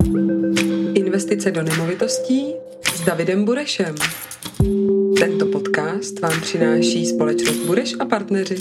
Investice do nemovitostí s Davidem Burešem. Tento podcast vám přináší společnost Bureš a partneři.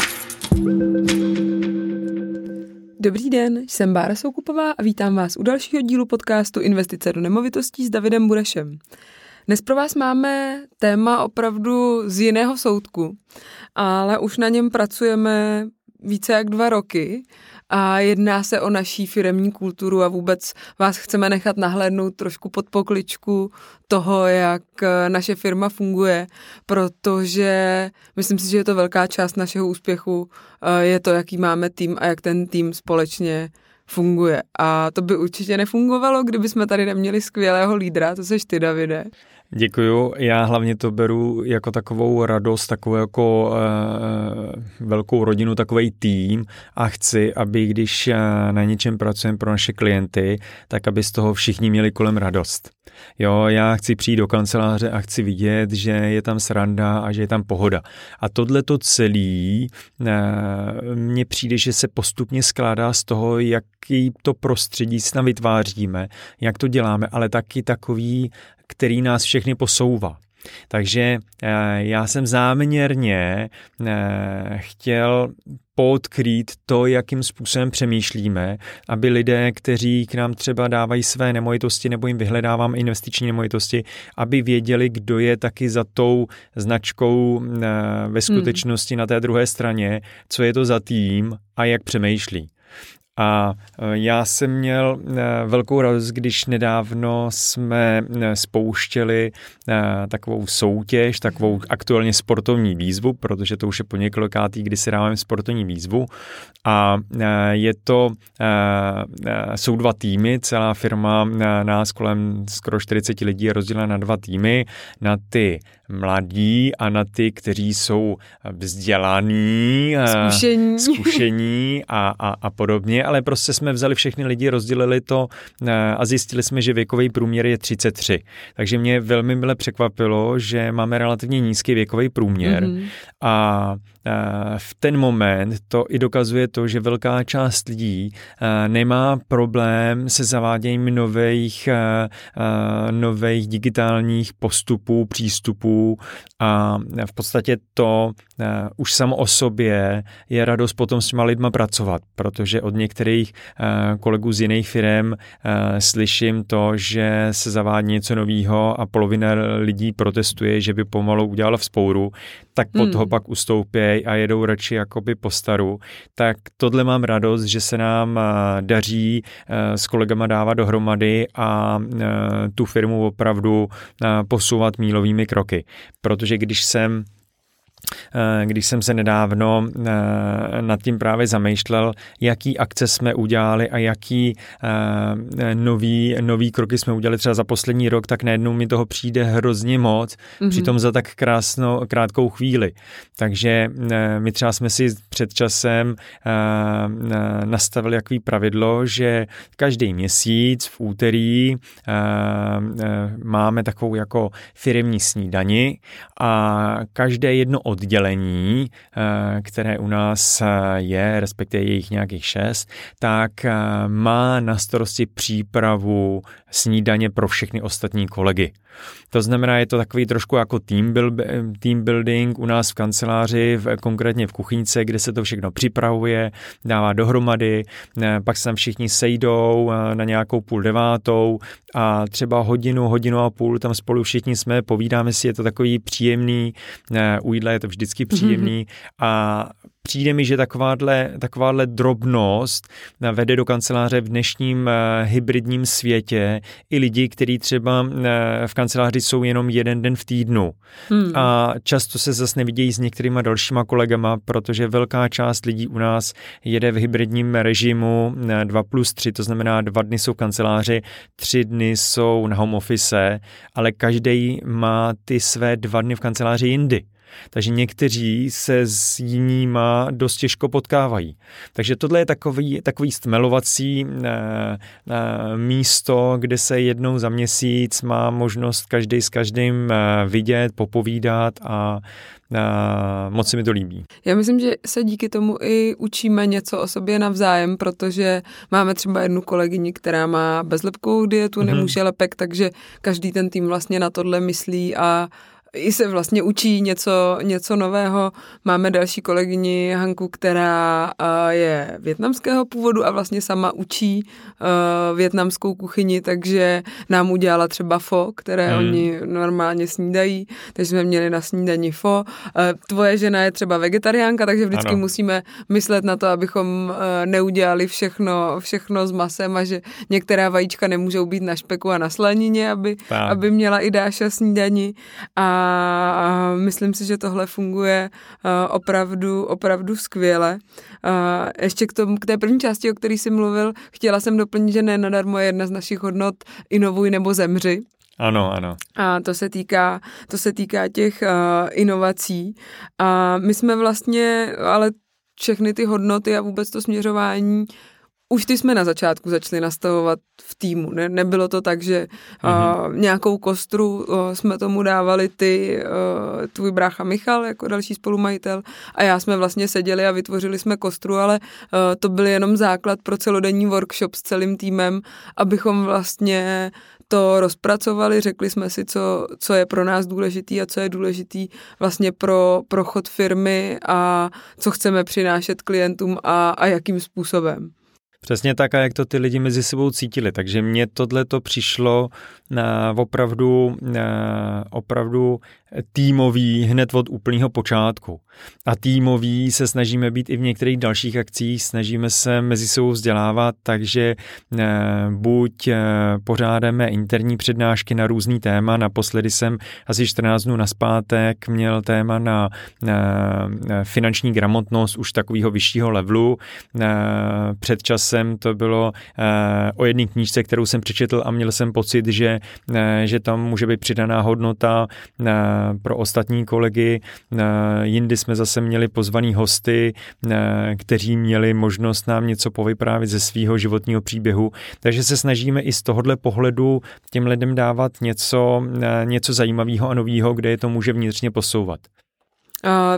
Dobrý den, jsem Bára Soukupová a vítám vás u dalšího dílu podcastu Investice do nemovitostí s Davidem Burešem. Dnes pro vás máme téma opravdu z jiného soudku, ale už na něm pracujeme více jak 2 roky a jedná se o naší firemní kulturu a vůbec vás chceme nechat nahlédnout trošku pod pokličku toho, jak naše firma funguje, protože myslím si, že je to velká část našeho úspěchu, je to, jaký máme tým a jak ten tým společně funguje. A to by určitě nefungovalo, kdyby jsme tady neměli skvělého lídra, to seš ty, Davide. Děkuju, já hlavně to beru jako takovou radost, takovou jako velkou rodinu, takovej tým a chci, aby když na něčem pracujeme pro naše klienty, tak aby z toho všichni měli kolem radost. Jo, já chci přijít do kanceláře a chci vidět, že je tam sranda a že je tam pohoda. A tohleto celý mně přijde, že se postupně skládá z toho, jaký to prostředí tam vytváříme, jak to děláme, ale taky takový, který nás všechny posouvá. Takže já jsem záměrně chtěl podkrýt to, jakým způsobem přemýšlíme, aby lidé, kteří k nám třeba dávají své nemovitosti nebo jim vyhledávám investiční nemovitosti, aby věděli, kdo je taky za tou značkou ve skutečnosti na té druhé straně, co je to za tým a jak přemýšlí. A já jsem měl velkou radost, když nedávno jsme spouštěli takovou soutěž, takovou aktuálně sportovní výzvu, protože to už je po několikátý, kdy si dáváme sportovní výzvu. A jsou 2 týmy, celá firma nás kolem skoro 40 lidí je rozdělena na 2 týmy, na ty mladí a na ty, kteří jsou vzdělaní, zkušení a podobně, ale prostě jsme vzali všechny lidi, rozdělili to a zjistili jsme, že věkový průměr je 33. Takže mě velmi mile překvapilo, že máme relativně nízký věkový průměr a v ten moment to i dokazuje to, že velká část lidí nemá problém se zaváděním nových digitálních postupů, přístupů a v podstatě to už samo o sobě je radost potom s těma lidma pracovat, protože od některých kolegů z jiných firem slyším to, že se zavádí něco nového a polovina lidí protestuje, že by pomalu udělala vzpouru, tak od toho pak ustoupí a jedou radši jakoby po staru. Tak tohle mám radost, že se nám daří s kolegama dávat dohromady a tu firmu opravdu posouvat mílovými kroky. Protože když jsem se nedávno nad tím právě zamýšlel, jaký akce jsme udělali a jaký nový kroky jsme udělali třeba za poslední rok, tak najednou mi toho přijde hrozně moc, přitom za tak krátkou chvíli. Takže my třeba jsme si před časem nastavili jaký pravidlo, že každý měsíc v úterý máme takovou jako firemní snídani a každé jedno oddělení, které u nás je, respektive je jich nějakých 6, tak má na starosti přípravu snídaně pro všechny ostatní kolegy. To znamená, je to takový trošku jako team building u nás v kanceláři, konkrétně v kuchyňce, kde se to všechno připravuje, dává dohromady, pak se tam všichni sejdou na nějakou 8:30 a třeba hodinu a půl tam spolu všichni jsme, povídáme si, je to takový příjemný, u jídla je to vždycky příjemný a přijde mi, že takováhle drobnost vede do kanceláře v dnešním hybridním světě i lidi, kteří třeba v kanceláři jsou jenom jeden den v týdnu. A často se zase nevidějí s některýma dalšíma kolegama, protože velká část lidí u nás jede v hybridním režimu 2+3, to znamená 2 dny jsou v kanceláři, 3 dny jsou na home office, ale každý má ty své 2 dny v kanceláři jindy. Takže někteří se s jinýma dost těžko potkávají. Takže tohle je takový stmelovací místo, kde se jednou za měsíc má možnost každý s každým vidět, popovídat a moc se mi to líbí. Já myslím, že se díky tomu i učíme něco o sobě navzájem, protože máme třeba jednu kolegyni, která má bezlepkovou dietu, nemůže lepek, takže každý ten tým vlastně na tohle myslí a i se vlastně učí něco nového. Máme další kolegyni Hanku, která je vietnamského původu a vlastně sama učí vietnamskou kuchyni, takže nám udělala třeba pho, které oni normálně snídají, takže jsme měli na snídani pho. Tvoje žena je třeba vegetariánka, takže vždycky musíme myslet na to, abychom neudělali všechno s masem a že některá vajíčka nemůžou být na špeku a na slanině, aby měla i Dáša snídani a myslím si, že tohle funguje opravdu skvěle. Ještě k té první části, o které jsi mluvil, chtěla jsem doplnit, že ne nadarmo je jedna z našich hodnot inovuj nebo zemři. Ano. A to se týká těch inovací. A my jsme vlastně, ale všechny ty hodnoty a vůbec to směřování už ty jsme na začátku začali nastavovat v týmu. Nebylo to tak, že nějakou kostru jsme tomu dávali tvůj brácha Michal jako další spolumajitel a já jsme vlastně seděli a vytvořili jsme kostru, ale to byl jenom základ pro celodenní workshop s celým týmem, abychom vlastně to rozpracovali, řekli jsme si, co je pro nás důležitý a co je důležitý vlastně pro chod firmy a co chceme přinášet klientům a jakým způsobem. Přesně tak, a jak to ty lidi mezi sebou cítili. Takže mně tohleto přišlo opravdu týmový hned od úplného počátku. A týmový se snažíme být i v některých dalších akcích, snažíme se mezi sebou vzdělávat, takže buď pořádáme interní přednášky na různý téma, naposledy jsem asi 14 dnů nazpátek měl téma na finanční gramotnost už takového vyššího levelu. Před časem to bylo o jedné knížce, kterou jsem přečetl a měl jsem pocit, že tam může být přidaná hodnota pro ostatní kolegy. Jindy jsme zase měli pozvaný hosty, kteří měli možnost nám něco povyprávět ze svého životního příběhu. Takže se snažíme i z tohohle pohledu těm lidem dávat něco zajímavého a nového, kde je to může vnitřně posouvat. A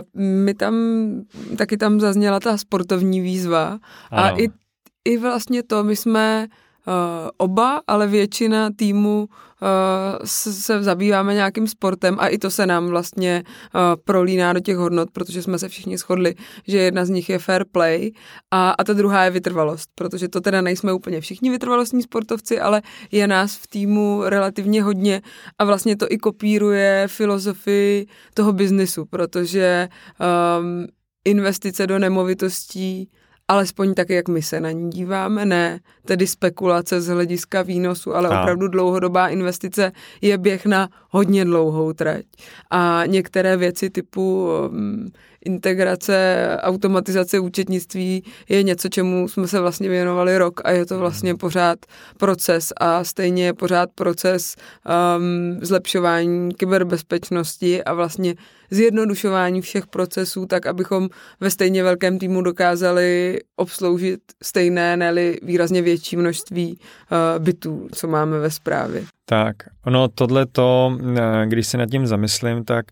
taky tam zazněla ta sportovní výzva. Ano. A i vlastně to, my jsme oba, ale většina týmu se zabýváme nějakým sportem a i to se nám vlastně prolíná do těch hodnot, protože jsme se všichni shodli, že jedna z nich je fair play a ta druhá je vytrvalost, protože to teda nejsme úplně všichni vytrvalostní sportovci, ale je nás v týmu relativně hodně a vlastně to i kopíruje filozofii toho biznesu, protože investice do nemovitostí alespoň tak, jak my se na ní díváme, ne tedy spekulace z hlediska výnosu, ale opravdu dlouhodobá investice je běh na hodně dlouhou trať. A některé věci typu integrace, automatizace účetnictví je něco, čemu jsme se vlastně věnovali rok a je to vlastně pořád proces a stejně je pořád proces zlepšování kyberbezpečnosti a vlastně zjednodušování všech procesů tak, abychom ve stejně velkém týmu dokázali obsloužit stejné, ne-li výrazně větší množství bytů, co máme ve správě. Tak, tohleto, když se nad tím zamyslím, tak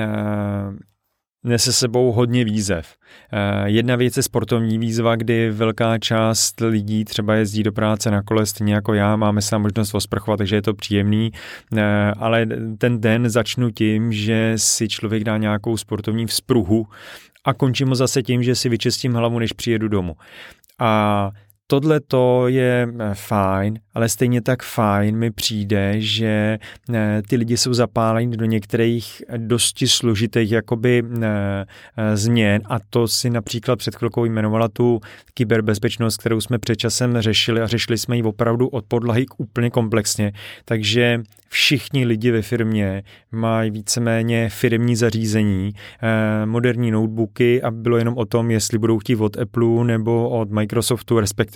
nese sebou hodně výzev. Jedna věc je sportovní výzva, kdy velká část lidí třeba jezdí do práce na kole, stejně jako já, máme se možnost osprchovat, takže je to příjemný, ale ten den začnu tím, že si člověk dá nějakou sportovní vzpruhu a končím ho zase tím, že si vyčistím hlavu, než přijedu domů. A tohle to je fajn, ale stejně tak fajn mi přijde, že ty lidi jsou zapáleni do některých dosti složitých jakoby změn a to si například před chvilkou jmenovala tu kyberbezpečnost, kterou jsme před časem řešili a řešili jsme ji opravdu od podlahy úplně komplexně, takže všichni lidi ve firmě mají víceméně firemní zařízení, moderní notebooky a bylo jenom o tom, jestli budou chtít od Apple nebo od Microsoftu, respektive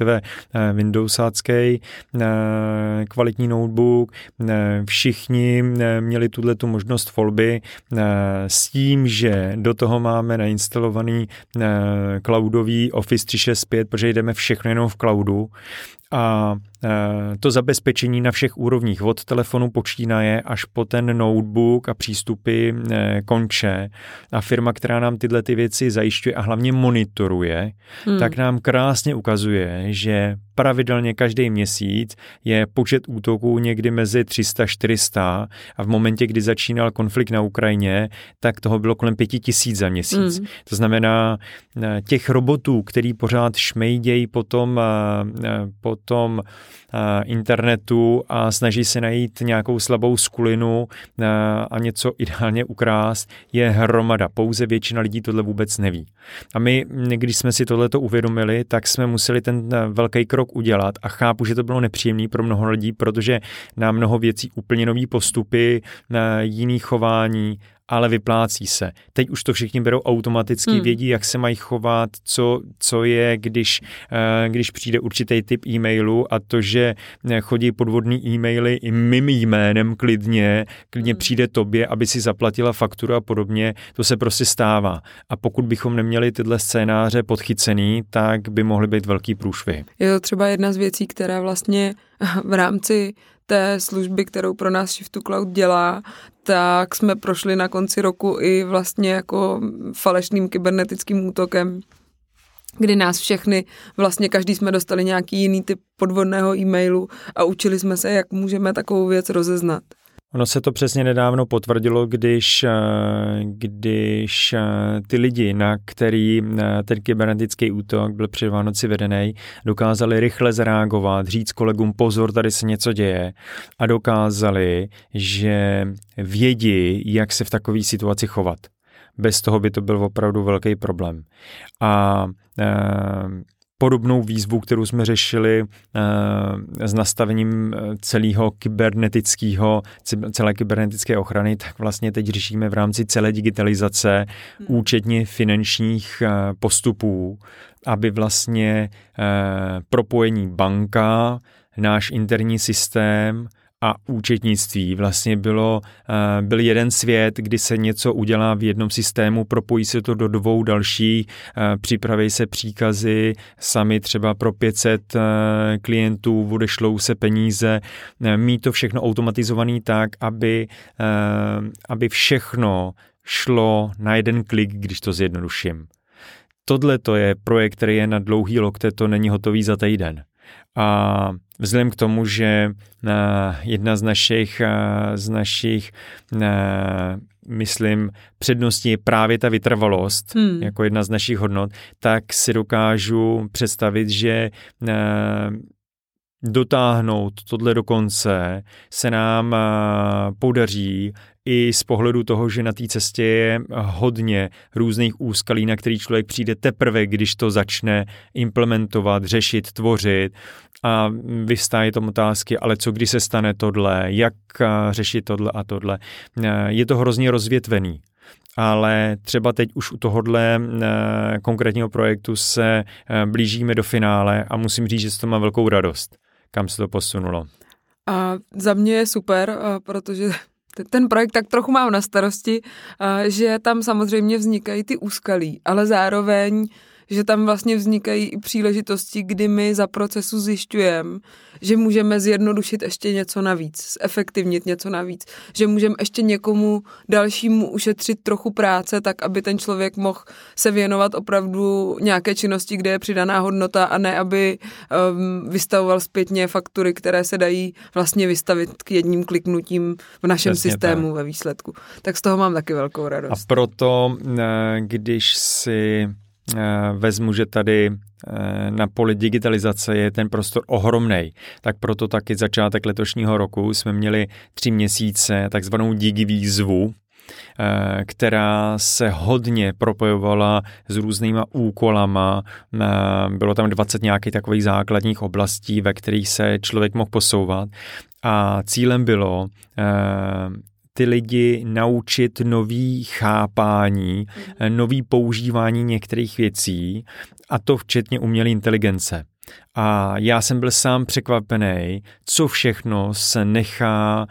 respektive Windowsácký kvalitní notebook. Všichni měli tu možnost volby s tím, že do toho máme nainstalovaný cloudový Office 365, protože jdeme všechno jenom v cloudu. A to zabezpečení na všech úrovních, od telefonu počínaje až po ten notebook a přístupy konče. A firma, která nám tyhle ty věci zajišťuje a hlavně monitoruje, tak nám krásně ukazuje, že pravidelně každý měsíc je počet útoků někdy mezi 300-400 a v momentě, kdy začínal konflikt na Ukrajině, tak toho bylo kolem 5000 za měsíc. To znamená, těch robotů, který pořád šmejdějí po tom internetu a snaží se najít nějakou slabou skulinu a něco ideálně ukrást, je hromada. Pouze většina lidí tohle vůbec neví. A my, když jsme si tohleto uvědomili, tak jsme museli ten velký krok udělat a chápu, že to bylo nepříjemný pro mnoho lidí, protože na mnoho věcí úplně nový postupy, jiný chování, ale vyplácí se. Teď už to všichni berou automaticky, vědí, jak se mají chovat, co je, když přijde určitý typ e-mailu a to, že chodí podvodný e-maily i mým jménem klidně přijde tobě, aby si zaplatila fakturu a podobně, to se prostě stává. A pokud bychom neměli tyhle scénáře podchycený, tak by mohly být velký průšvy. Je to třeba jedna z věcí, která vlastně v rámci té služby, kterou pro nás Shift to Cloud dělá, tak jsme prošli na konci roku i vlastně jako falešným kybernetickým útokem, kdy nás všechny, vlastně každý jsme dostali nějaký jiný typ podvodného e-mailu a učili jsme se, jak můžeme takovou věc rozeznat. Ono se to přesně nedávno potvrdilo, když ty lidi, na který ten kybernetický útok byl před Vánoci vedený, dokázali rychle zareagovat, říct kolegům pozor, tady se něco děje a dokázali, že vědí, jak se v takové situaci chovat. Bez toho by to byl opravdu velký problém. A podobnou výzvu, kterou jsme řešili s nastavením celé kybernetické ochrany, tak vlastně teď řešíme v rámci celé digitalizace účetně finančních postupů, aby vlastně propojení banka, náš interní systém a účetnictví vlastně byl jeden svět, kdy se něco udělá v jednom systému, propojí se to do 2 dalších, připraví se příkazy, sami třeba pro 500 klientů odešlou se peníze, mít to všechno automatizovaný tak, aby všechno šlo na jeden klik, když to zjednoduším. Tohle to je projekt, který je na dlouhý lokte, to není hotový za týden. A vzhledem k tomu, že jedna z našich myslím, předností je právě ta vytrvalost, jako jedna z našich hodnot, tak si dokážu představit, že dotáhnout tohle do konce se nám podaří i z pohledu toho, že na té cestě je hodně různých úskalí, na který člověk přijde teprve, když to začne implementovat, řešit, tvořit a vyvstávají tomu otázky, ale co když se stane tohle, jak řešit tohle a tohle. Je to hrozně rozvětvený. Ale třeba teď už u tohohle konkrétního projektu se blížíme do finále a musím říct, že to má velkou radost, kam se to posunulo. A za mě je super, protože ten projekt tak trochu mám na starosti, že tam samozřejmě vznikají ty úskalí, ale zároveň, že tam vlastně vznikají i příležitosti, kdy my za procesu zjišťujeme, že můžeme zjednodušit ještě něco navíc, zefektivnit něco navíc, že můžeme ještě někomu dalšímu ušetřit trochu práce, tak aby ten člověk mohl se věnovat opravdu nějaké činnosti, kde je přidaná hodnota a ne, aby vystavoval zpětně faktury, které se dají vlastně vystavit k jedním kliknutím v našem Přesně systému tak. Ve výsledku. Tak z toho mám taky velkou radost. A proto, když si vezmu, že tady na poli digitalizace je ten prostor ohromnej, tak proto taky začátek letošního roku jsme měli 3 měsíce takzvanou digivýzvu, která se hodně propojovala s různýma úkolama. Bylo tam 20 nějakých takových základních oblastí, ve kterých se člověk mohl posouvat. A cílem bylo ty lidi naučit nový chápání, nový používání některých věcí, a to včetně umělé inteligence. A já jsem byl sám překvapený, co všechno se nechá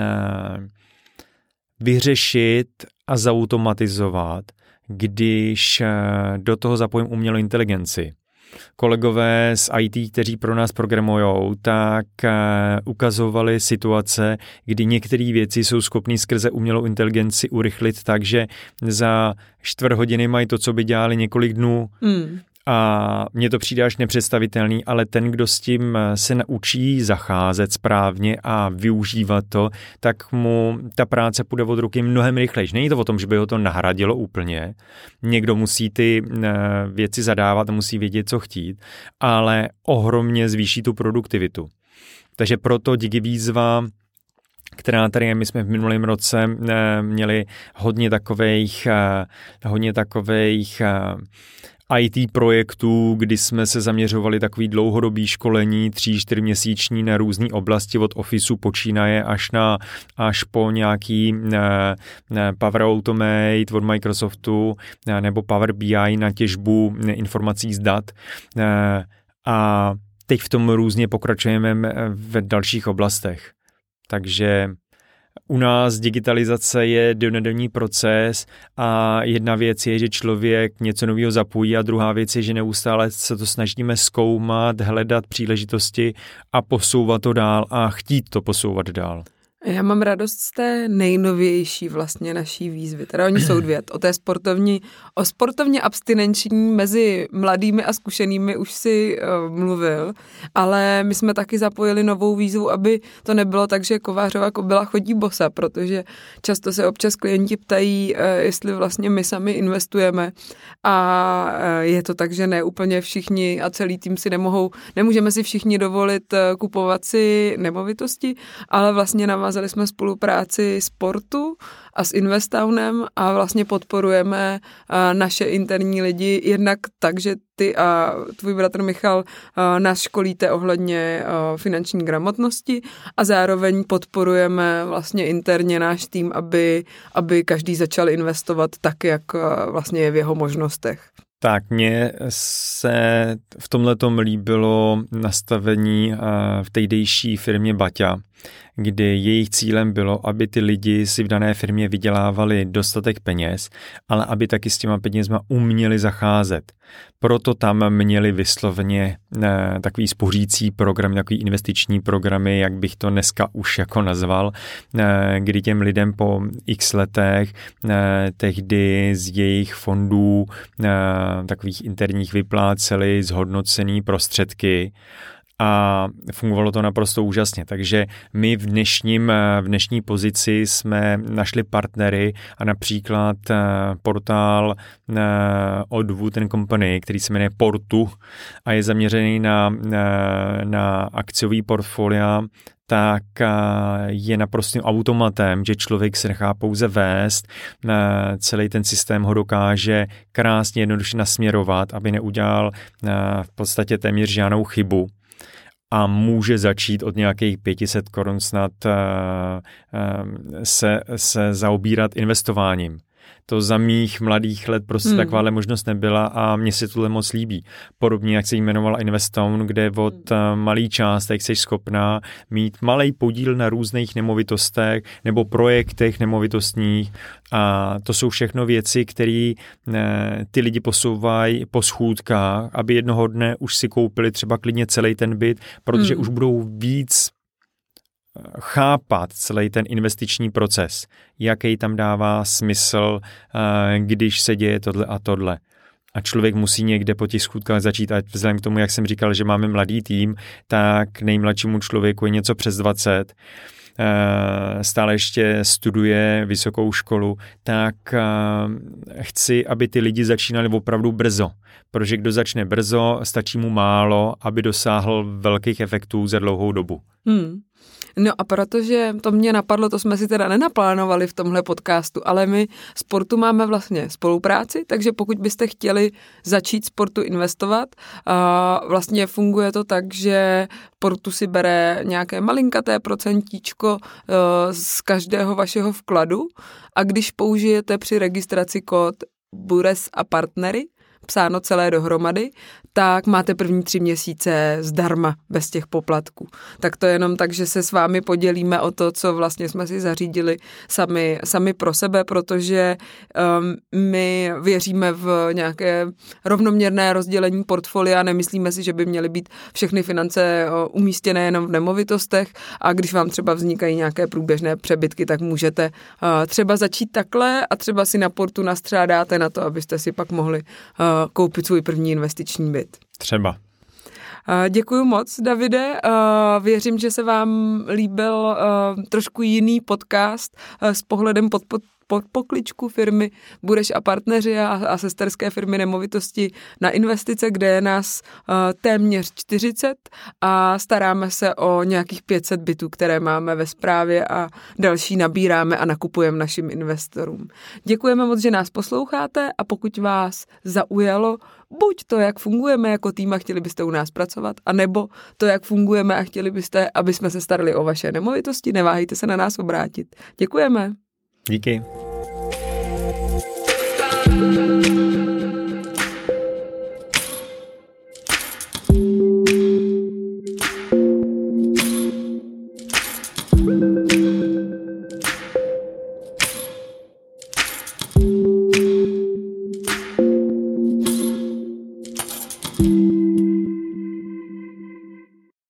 vyřešit a zautomatizovat, když do toho zapojím umělou inteligenci. Kolegové z IT, kteří pro nás programujou, tak ukazovali situace, kdy některé věci jsou schopný skrze umělou inteligenci urychlit tak, že za 4 hodiny mají to, co by dělali několik dnů. A mně to přijde až nepředstavitelný, ale ten, kdo s tím se naučí zacházet správně a využívat to, tak mu ta práce půjde od ruky mnohem rychleji. Není to o tom, že by ho to nahradilo úplně. Někdo musí ty věci zadávat a musí vědět, co chtít, ale ohromně zvýší tu produktivitu. Takže proto díky výzva, která tady je, my jsme v minulém roce měli hodně takových IT projektů, kdy jsme se zaměřovali takový dlouhodobý školení 3-4 měsíční na různé oblasti od Officeu počínaje až po nějaký Power Automate od Microsoftu nebo Power BI na těžbu informací z dat. A teď v tom různě pokračujeme v dalších oblastech. Takže u nás digitalizace je dennodenní proces a jedna věc je, že člověk něco nového zapojí a druhá věc je, že neustále se to snažíme zkoumat, hledat příležitosti a posouvat to dál a chtít to posouvat dál. Já mám radost z té nejnovější vlastně naší výzvy. Teda oni jsou 2. O sportovně abstinenční mezi mladými a zkušenými už si mluvil, ale my jsme taky zapojili novou výzvu, aby to nebylo tak, že Kovářova kobyla chodí bosa, protože často se občas klienti ptají, jestli vlastně my sami investujeme a je to tak, že ne úplně všichni a celý tým si nemůžeme si všichni dovolit kupovat si nemovitosti, ale vlastně navázali jsme spolupráci sportu a s Investownem a vlastně podporujeme naše interní lidi jednak tak, že ty a tvůj bratr Michal nás školíte ohledně finanční gramotnosti a zároveň podporujeme vlastně interně náš tým, aby každý začal investovat tak, jak vlastně je v jeho možnostech. Tak mně se v tomhletom líbilo nastavení v tehdejší firmě Baťa, kdy jejich cílem bylo, aby ty lidi si v dané firmě vydělávali dostatek peněz, ale aby taky s těma penězma uměli zacházet. Proto tam měli vyslovně takový spořící program, takový investiční programy, jak bych to dneska už jako nazval, kdy těm lidem po x letech tehdy z jejich fondů takových interních vypláceli zhodnocený prostředky, a fungovalo to naprosto úžasně. Takže my v dnešní pozici jsme našli partnery a například portál od Wood & Company, který se jmenuje Portu a je zaměřený na akciový portfolia, tak je naprostým automatem, že člověk se nechá pouze vést, celý ten systém ho dokáže krásně jednoduše nasměrovat, aby neudělal v podstatě téměř žádnou chybu. A může začít od nějakých 500 korun snad se zaobírat investováním. To za mých mladých let prostě takováhle možnost nebyla a mně se tohle moc líbí. Podobně, jak se jmenovala Investown, kde od malý částek jsi schopná mít malej podíl na různých nemovitostech nebo projektech nemovitostních a to jsou všechno věci, které ty lidi posouvají po schůdkách, aby jednoho dne už si koupili třeba klidně celý ten byt, protože už budou víc chápat celý ten investiční proces, jaký tam dává smysl, když se děje tohle a tohle. A člověk musí někde po těch schůdkách začít, a vzhledem k tomu, jak jsem říkal, že máme mladý tým, tak nejmladšímu člověku je něco přes 20, stále ještě studuje vysokou školu, tak chci, aby ty lidi začínali opravdu brzo, protože kdo začne brzo, stačí mu málo, aby dosáhl velkých efektů za dlouhou dobu. No a protože to mě napadlo, to jsme si teda nenaplánovali v tomhle podcastu, ale my sportu máme vlastně spolupráci, takže pokud byste chtěli začít sportu investovat, vlastně funguje to tak, že sportu si bere nějaké malinkaté procentíčko z každého vašeho vkladu a když použijete při registraci kód Bures a partnery, psáno celé dohromady, tak máte první 3 měsíce zdarma, bez těch poplatků. Tak to je jenom tak, že se s vámi podělíme o to, co vlastně jsme si zařídili sami pro sebe, protože my věříme v nějaké rovnoměrné rozdělení portfolia, nemyslíme si, že by měly být všechny finance umístěné jenom v nemovitostech a když vám třeba vznikají nějaké průběžné přebytky, tak můžete třeba začít takhle a třeba si na portu nastřádáte na to, abyste si pak mohli koupit svůj první investiční byt. Třeba. Děkuji moc, Davide. Věřím, že se vám líbil trošku jiný podcast s pohledem pod pokličku firmy Bureš a partneři a sesterské firmy Nemovitosti na investice, kde je nás téměř 40 a staráme se o nějakých 500 bytů, které máme ve správě a další nabíráme a nakupujeme našim investorům. Děkujeme moc, že nás posloucháte a pokud vás zaujalo buď to, jak fungujeme jako tým a chtěli byste u nás pracovat, anebo to, jak fungujeme a chtěli byste, aby jsme se starali o vaše nemovitosti, neváhejte se na nás obrátit. Děkujeme. Díky.